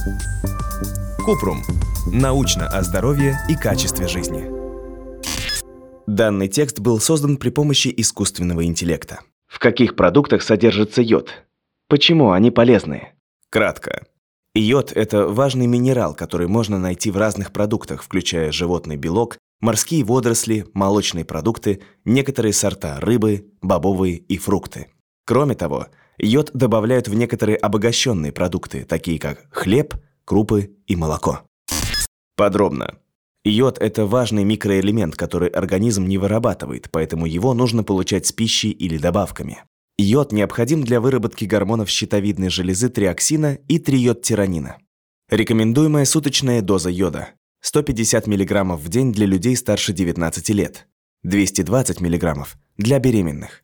Купрум. Научно о здоровье и качестве жизни. Данный текст был создан при помощи искусственного интеллекта. В каких продуктах содержится йод? Почему они полезны? Кратко. Йод – это важный минерал, который можно найти в разных продуктах, включая животный белок, морские водоросли, молочные продукты, некоторые сорта рыбы, бобовые и фрукты. Кроме того, йод добавляют в некоторые обогащенные продукты, такие как хлеб, крупы и молоко. Подробно. Йод – это важный микроэлемент, который организм не вырабатывает, поэтому его нужно получать с пищей или добавками. Йод необходим для выработки гормонов щитовидной железы триоксина и триодтиронина. Рекомендуемая суточная доза йода – 150 мг в день для людей старше 19 лет, 220 мг для беременных,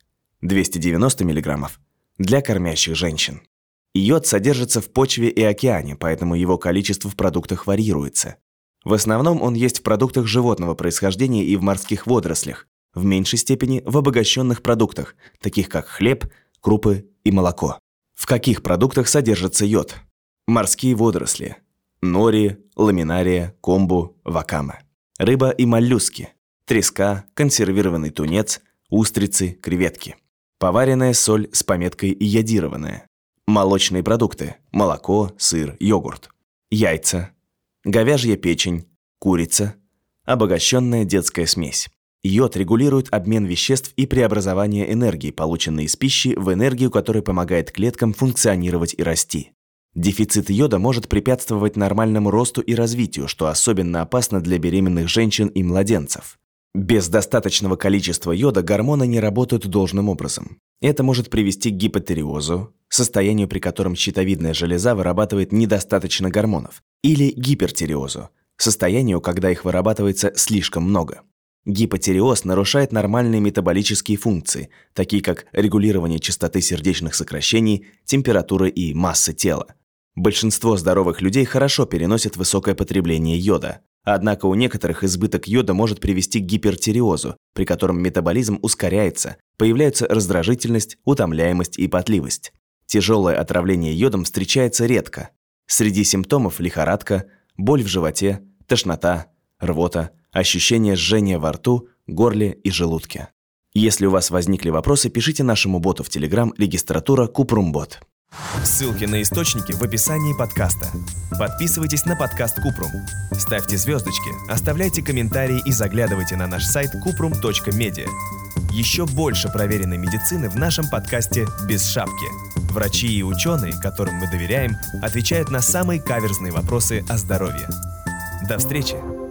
290 мг для кормящих женщин. Йод содержится в почве и океане, поэтому его количество в продуктах варьируется. В основном он есть в продуктах животного происхождения и в морских водорослях, в меньшей степени в обогащенных продуктах, таких как хлеб, крупы и молоко. В каких продуктах содержится йод? Морские водоросли. Нори, ламинария, комбу, вакама. Рыба и моллюски. Треска, консервированный тунец, устрицы, креветки. Поваренная соль с пометкой «йодированная». Молочные продукты. Молоко, сыр, йогурт. Яйца. Говяжья печень, курица. Обогащенная детская смесь. Йод регулирует обмен веществ и преобразование энергии, полученной из пищи, в энергию, которая помогает клеткам функционировать и расти. Дефицит йода может препятствовать нормальному росту и развитию, что особенно опасно для беременных женщин и младенцев. Без достаточного количества йода гормоны не работают должным образом. Это может привести к гипотиреозу, состоянию, при котором щитовидная железа вырабатывает недостаточно гормонов, или гипертиреозу, состоянию, когда их вырабатывается слишком много. Гипотиреоз нарушает нормальные метаболические функции, такие как регулирование частоты сердечных сокращений, температуры и массы тела. Большинство здоровых людей хорошо переносят высокое потребление йода. Однако у некоторых избыток йода может привести к гипертиреозу, при котором метаболизм ускоряется, появляются раздражительность, утомляемость и потливость. Тяжелое отравление йодом встречается редко. Среди симптомов лихорадка, боль в животе, тошнота, рвота, ощущение жжения во рту, горле и желудке. Если у вас возникли вопросы, пишите нашему боту в Telegram регистратура Купрумбот. Ссылки на источники в описании подкаста. Подписывайтесь на подкаст Купрум. Ставьте звездочки, оставляйте комментарии и заглядывайте на наш сайт kuprum.media. Еще больше проверенной медицины в нашем подкасте «Без шапки». Врачи и ученые, которым мы доверяем, отвечают на самые каверзные вопросы о здоровье. До встречи!